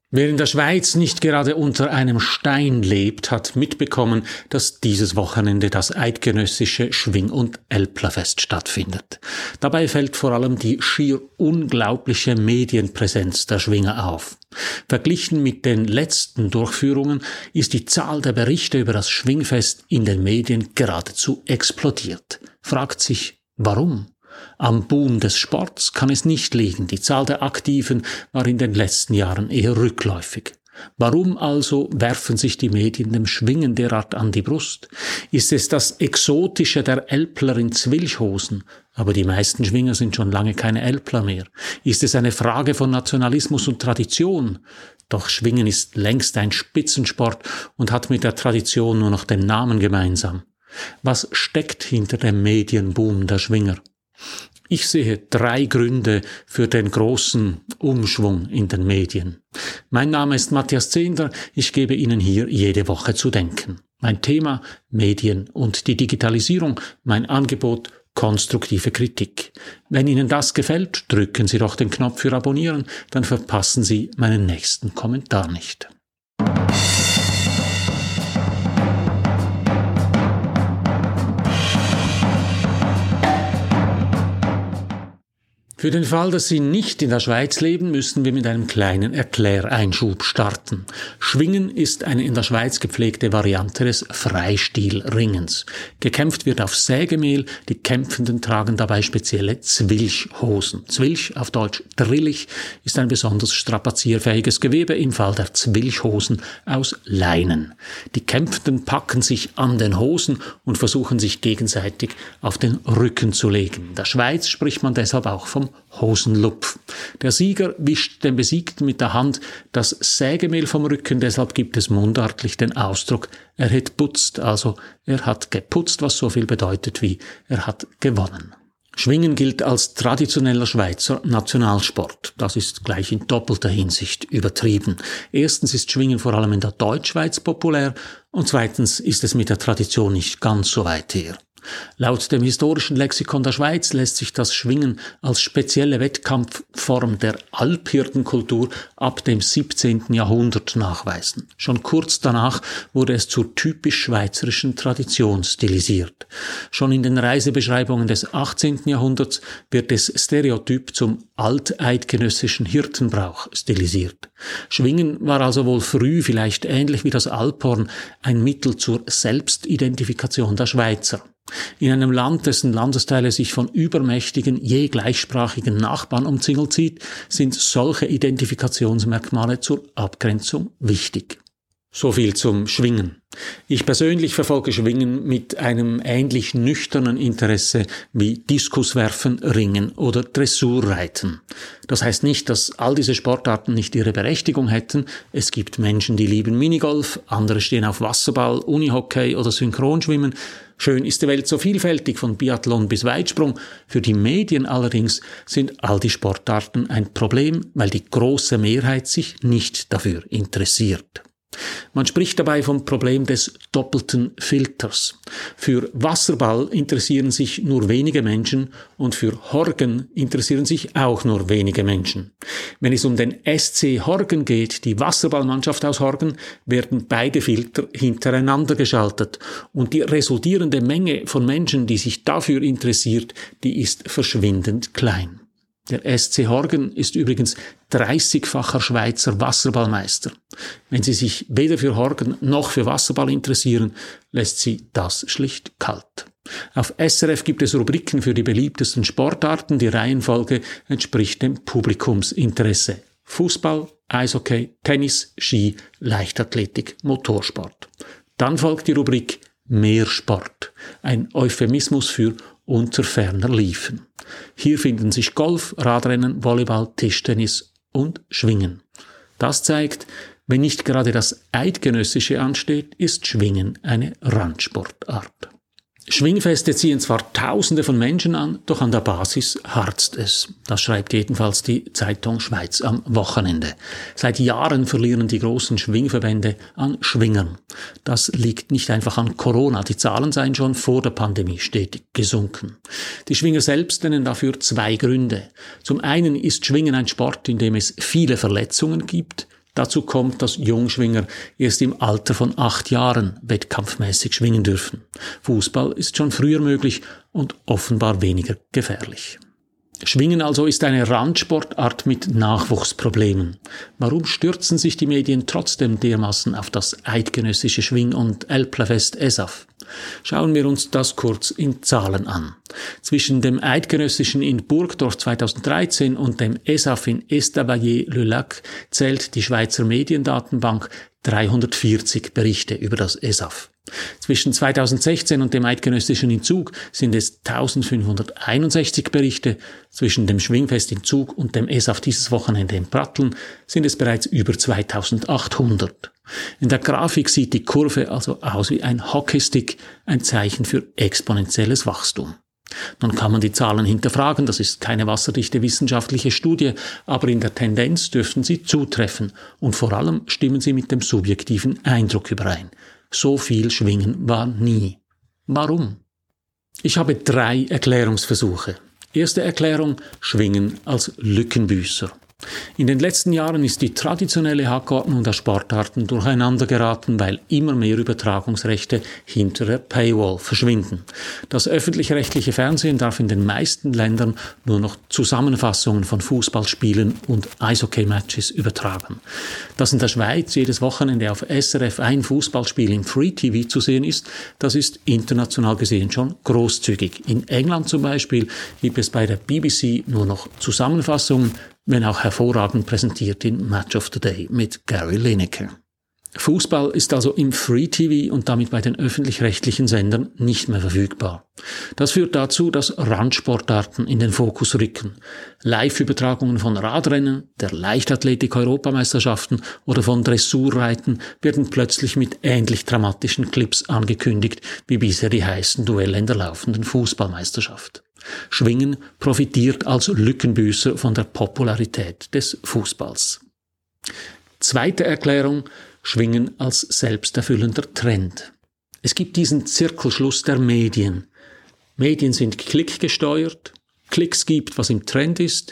Wer in der Schweiz nicht gerade unter einem Stein lebt, hat mitbekommen, dass dieses Wochenende das eidgenössische Schwing- und Älplerfest stattfindet. Dabei fällt vor allem die schier unglaubliche Medienpräsenz der Schwinger auf. Verglichen mit den letzten Durchführungen ist die Zahl der Berichte über das Schwingfest in den Medien geradezu explodiert. Fragt sich, warum? Am Boom des Sports kann es nicht liegen. Die Zahl der Aktiven war in den letzten Jahren eher rückläufig. Warum also werfen sich die Medien dem Schwingen derart an die Brust? Ist es das Exotische der Älpler in Zwilchhosen? Aber die meisten Schwinger sind schon lange keine Älpler mehr. Ist es eine Frage von Nationalismus und Tradition? Doch Schwingen ist längst ein Spitzensport und hat mit der Tradition nur noch den Namen gemeinsam. Was steckt hinter dem Medienboom der Schwinger? Ich sehe 3 Gründe für den großen Umschwung in den Medien. Mein Name ist Matthias Zehnder, ich gebe Ihnen hier jede Woche zu denken. Mein Thema Medien und die Digitalisierung, mein Angebot konstruktive Kritik. Wenn Ihnen das gefällt, drücken Sie doch den Knopf für Abonnieren, dann verpassen Sie meinen nächsten Kommentar nicht. Für den Fall, dass Sie nicht in der Schweiz leben, müssen wir mit einem kleinen Erkläreinschub starten. Schwingen ist eine in der Schweiz gepflegte Variante des Freistilringens. Gekämpft wird auf Sägemehl, die Kämpfenden tragen dabei spezielle Zwilchhosen. Zwilch, auf Deutsch drillich, ist ein besonders strapazierfähiges Gewebe, im Fall der Zwilchhosen aus Leinen. Die Kämpfenden packen sich an den Hosen und versuchen sich gegenseitig auf den Rücken zu legen. In der Schweiz spricht man deshalb auch vom Hosenlupf. Der Sieger wischt dem Besiegten mit der Hand das Sägemehl vom Rücken, deshalb gibt es mundartlich den Ausdruck, er hat putzt, also er hat geputzt, was so viel bedeutet wie er hat gewonnen. Schwingen gilt als traditioneller Schweizer Nationalsport. Das ist gleich in doppelter Hinsicht übertrieben. Erstens ist Schwingen vor allem in der Deutschschweiz populär und zweitens ist es mit der Tradition nicht ganz so weit her. Laut dem historischen Lexikon der Schweiz lässt sich das Schwingen als spezielle Wettkampfform der Alphirtenkultur ab dem 17. Jahrhundert nachweisen. Schon kurz danach wurde es zur typisch schweizerischen Tradition stilisiert. Schon in den Reisebeschreibungen des 18. Jahrhunderts wird es stereotyp zum alteidgenössischen Hirtenbrauch stilisiert. Schwingen war also wohl früh, vielleicht ähnlich wie das Alphorn, ein Mittel zur Selbstidentifikation der Schweizer. In einem Land, dessen Landesteile sich von übermächtigen, je gleichsprachigen Nachbarn umzingelt sieht, sind solche Identifikationsmerkmale zur Abgrenzung wichtig. So viel zum Schwingen. Ich persönlich verfolge Schwingen mit einem ähnlich nüchternen Interesse wie Diskuswerfen, Ringen oder Dressurreiten. Das heißt nicht, dass all diese Sportarten nicht ihre Berechtigung hätten. Es gibt Menschen, die lieben Minigolf, andere stehen auf Wasserball, Unihockey oder Synchronschwimmen. Schön ist die Welt so vielfältig, von Biathlon bis Weitsprung. Für die Medien allerdings sind all die Sportarten ein Problem, weil die große Mehrheit sich nicht dafür interessiert. Man spricht dabei vom Problem des doppelten Filters. Für Wasserball interessieren sich nur wenige Menschen und für Horgen interessieren sich auch nur wenige Menschen. Wenn es um den SC Horgen geht, die Wasserballmannschaft aus Horgen, werden beide Filter hintereinander geschaltet und die resultierende Menge von Menschen, die sich dafür interessiert, die ist verschwindend klein. Der SC Horgen ist übrigens 30-facher Schweizer Wasserballmeister. Wenn Sie sich weder für Horgen noch für Wasserball interessieren, lässt Sie das schlicht kalt. Auf SRF gibt es Rubriken für die beliebtesten Sportarten. Die Reihenfolge entspricht dem Publikumsinteresse. Fußball, Eishockey, Tennis, Ski, Leichtathletik, Motorsport. Dann folgt die Rubrik Meersport, ein Euphemismus für unter ferner Liefen. Hier finden sich Golf, Radrennen, Volleyball, Tischtennis und Schwingen. Das zeigt, wenn nicht gerade das Eidgenössische ansteht, ist Schwingen eine Randsportart. Schwingfeste ziehen zwar Tausende von Menschen an, doch an der Basis harzt es. Das schreibt jedenfalls die Zeitung Schweiz am Wochenende. Seit Jahren verlieren die großen Schwingverbände an Schwingern. Das liegt nicht einfach an Corona. Die Zahlen seien schon vor der Pandemie stetig gesunken. Die Schwinger selbst nennen dafür 2 Gründe. Zum einen ist Schwingen ein Sport, in dem es viele Verletzungen gibt. Dazu kommt, dass Jungschwinger erst im Alter von 8 Jahren wettkampfmäßig schwingen dürfen. Fußball ist schon früher möglich und offenbar weniger gefährlich. Schwingen also ist eine Randsportart mit Nachwuchsproblemen. Warum stürzen sich die Medien trotzdem dermaßen auf das eidgenössische Schwing- und Älplerfest ESAF? Schauen wir uns das kurz in Zahlen an. Zwischen dem eidgenössischen in Burgdorf 2013 und dem ESAF in Estavayer-le-Lac zählt die Schweizer Mediendatenbank 340 Berichte über das ESAF. Zwischen 2016 und dem eidgenössischen in Zug sind es 1561 Berichte, zwischen dem Schwingfest in Zug und dem ESAF dieses Wochenende in Pratteln sind es bereits über 2800. In der Grafik sieht die Kurve also aus wie ein Hockeystick, ein Zeichen für exponentielles Wachstum. Nun kann man die Zahlen hinterfragen, das ist keine wasserdichte wissenschaftliche Studie, aber in der Tendenz dürften sie zutreffen und vor allem stimmen sie mit dem subjektiven Eindruck überein. So viel Schwingen war nie. Warum? Ich habe 3 Erklärungsversuche. Erste Erklärung: Schwingen als Lückenbüßer. In den letzten Jahren ist die traditionelle Hackordnung der Sportarten durcheinander geraten, weil immer mehr Übertragungsrechte hinter der Paywall verschwinden. Das öffentlich-rechtliche Fernsehen darf in den meisten Ländern nur noch Zusammenfassungen von Fußballspielen und Eishockey-Matches übertragen. Dass in der Schweiz jedes Wochenende auf SRF ein Fußballspiel im Free TV zu sehen ist, das ist international gesehen schon großzügig. In England zum Beispiel gibt es bei der BBC nur noch Zusammenfassungen, wenn auch hervorragend präsentiert in Match of the Day mit Gary Lineker. Fußball ist also im Free TV und damit bei den öffentlich-rechtlichen Sendern nicht mehr verfügbar. Das führt dazu, dass Randsportarten in den Fokus rücken. Live-Übertragungen von Radrennen, der Leichtathletik-Europameisterschaften oder von Dressurreiten werden plötzlich mit ähnlich dramatischen Clips angekündigt, wie bisher die heißen Duelle in der laufenden Fußballmeisterschaft. Schwingen profitiert als Lückenbüßer von der Popularität des Fußballs. Zweite Erklärung: Schwingen als selbsterfüllender Trend. Es gibt diesen Zirkelschluss der Medien. Medien sind klickgesteuert, Klicks gibt, was im Trend ist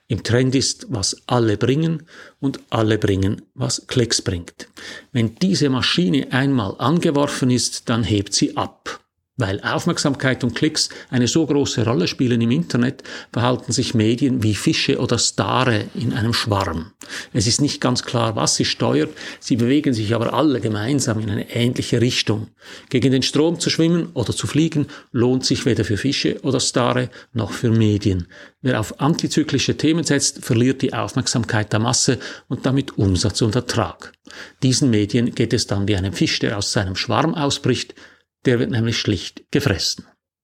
was alle bringen und alle bringen, was Klicks bringt. Wenn diese Maschine einmal angeworfen ist, dann hebt sie ab. Weil Aufmerksamkeit und Klicks eine so große Rolle spielen im Internet, verhalten sich Medien wie Fische oder Stare in einem Schwarm. Es ist nicht ganz klar, was sie steuert, sie bewegen sich aber alle gemeinsam in eine ähnliche Richtung. Gegen den Strom zu schwimmen oder zu fliegen lohnt sich weder für Fische oder Stare noch für Medien. Wer auf antizyklische Themen setzt, verliert die Aufmerksamkeit der Masse und damit Umsatz und Ertrag. Diesen Medien geht es dann wie einem Fisch, der aus seinem Schwarm ausbricht. Der wird nämlich schlicht gefressen.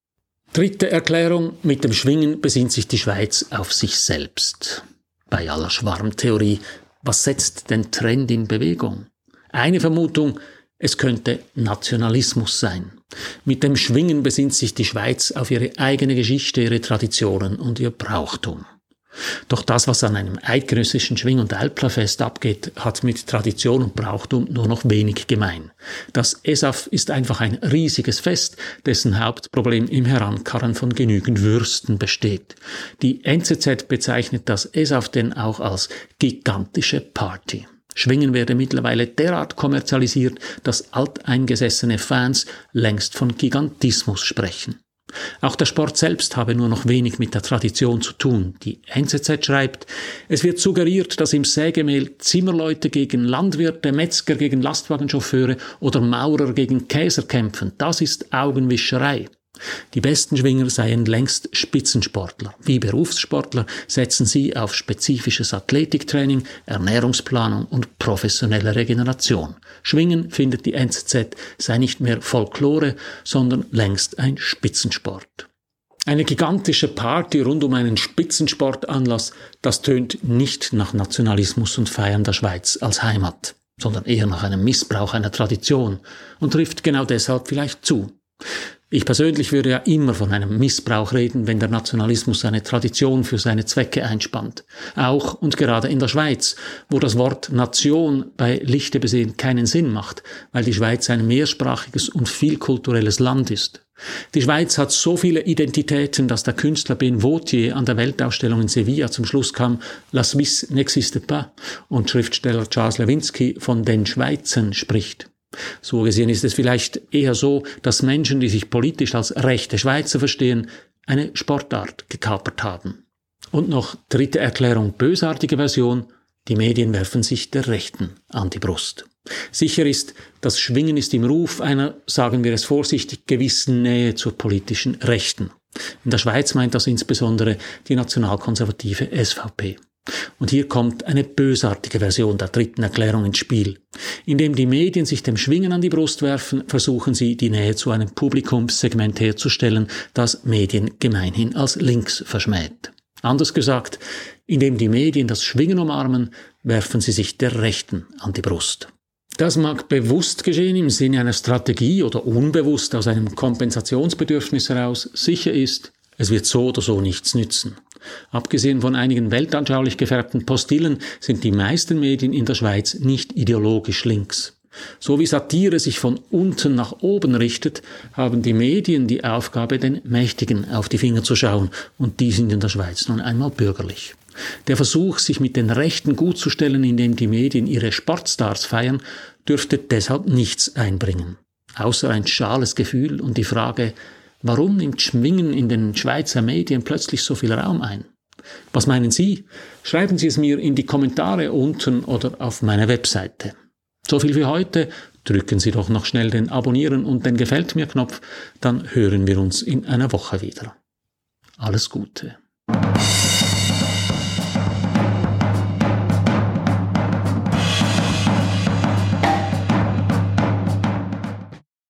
Dritte Erklärung: Mit dem Schwingen besinnt sich die Schweiz auf sich selbst. Bei aller Schwarmtheorie, was setzt den Trend in Bewegung? Eine Vermutung: es könnte Nationalismus sein. Mit dem Schwingen besinnt sich die Schweiz auf ihre eigene Geschichte, ihre Traditionen und ihr Brauchtum. Doch das, was an einem eidgenössischen Schwing- und Älplerfest abgeht, hat mit Tradition und Brauchtum nur noch wenig gemein. Das ESAF ist einfach ein riesiges Fest, dessen Hauptproblem im Herankarren von genügend Würsten besteht. Die NZZ bezeichnet das ESAF denn auch als gigantische Party. Schwingen werde mittlerweile derart kommerzialisiert, dass alteingesessene Fans längst von Gigantismus sprechen. Auch der Sport selbst habe nur noch wenig mit der Tradition zu tun. Die NZZ schreibt, es wird suggeriert, dass im Sägemehl Zimmerleute gegen Landwirte, Metzger gegen Lastwagenchauffeure oder Maurer gegen Käser kämpfen. Das ist Augenwischerei. Die besten Schwinger seien längst Spitzensportler. Wie Berufssportler setzen sie auf spezifisches Athletiktraining, Ernährungsplanung und professionelle Regeneration. Schwingen, findet die NZZ, sei nicht mehr Folklore, sondern längst ein Spitzensport. Eine gigantische Party rund um einen Spitzensportanlass, das tönt nicht nach Nationalismus und Feiern der Schweiz als Heimat, sondern eher nach einem Missbrauch einer Tradition und trifft genau deshalb vielleicht zu. Ich persönlich würde ja immer von einem Missbrauch reden, wenn der Nationalismus seine Tradition für seine Zwecke einspannt. Auch und gerade in der Schweiz, wo das Wort Nation bei Lichte besehen keinen Sinn macht, weil die Schweiz ein mehrsprachiges und vielkulturelles Land ist. Die Schweiz hat so viele Identitäten, dass der Künstler Ben Vautier an der Weltausstellung in Sevilla zum Schluss kam, La Suisse n'existe pas, und Schriftsteller Charles Lewinsky von den Schweizen spricht. So gesehen ist es vielleicht eher so, dass Menschen, die sich politisch als rechte Schweizer verstehen, eine Sportart gekapert haben. Und noch dritte Erklärung, bösartige Version: Die Medien werfen sich der Rechten an die Brust. Sicher ist, das Schwingen ist im Ruf einer, sagen wir es vorsichtig, gewissen Nähe zur politischen Rechten. In der Schweiz meint das insbesondere die nationalkonservative SVP. Und hier kommt eine bösartige Version der dritten Erklärung ins Spiel. Indem die Medien sich dem Schwingen an die Brust werfen, versuchen sie, die Nähe zu einem Publikumssegment herzustellen, das Medien gemeinhin als links verschmäht. Anders gesagt, indem die Medien das Schwingen umarmen, werfen sie sich der Rechten an die Brust. Das mag bewusst geschehen im Sinne einer Strategie oder unbewusst aus einem Kompensationsbedürfnis heraus. Sicher ist, es wird so oder so nichts nützen. Abgesehen von einigen weltanschaulich gefärbten Postillen sind die meisten Medien in der Schweiz nicht ideologisch links. So wie Satire sich von unten nach oben richtet, haben die Medien die Aufgabe, den Mächtigen auf die Finger zu schauen, und die sind in der Schweiz nun einmal bürgerlich. Der Versuch, sich mit den Rechten gutzustellen, indem die Medien ihre Sportstars feiern, dürfte deshalb nichts einbringen. Außer ein schales Gefühl und die Frage: Warum nimmt Schwingen in den Schweizer Medien plötzlich so viel Raum ein? Was meinen Sie? Schreiben Sie es mir in die Kommentare unten oder auf meiner Webseite. So viel für heute. Drücken Sie doch noch schnell den Abonnieren und den Gefällt mir Knopf, dann hören wir uns in einer Woche wieder. Alles Gute.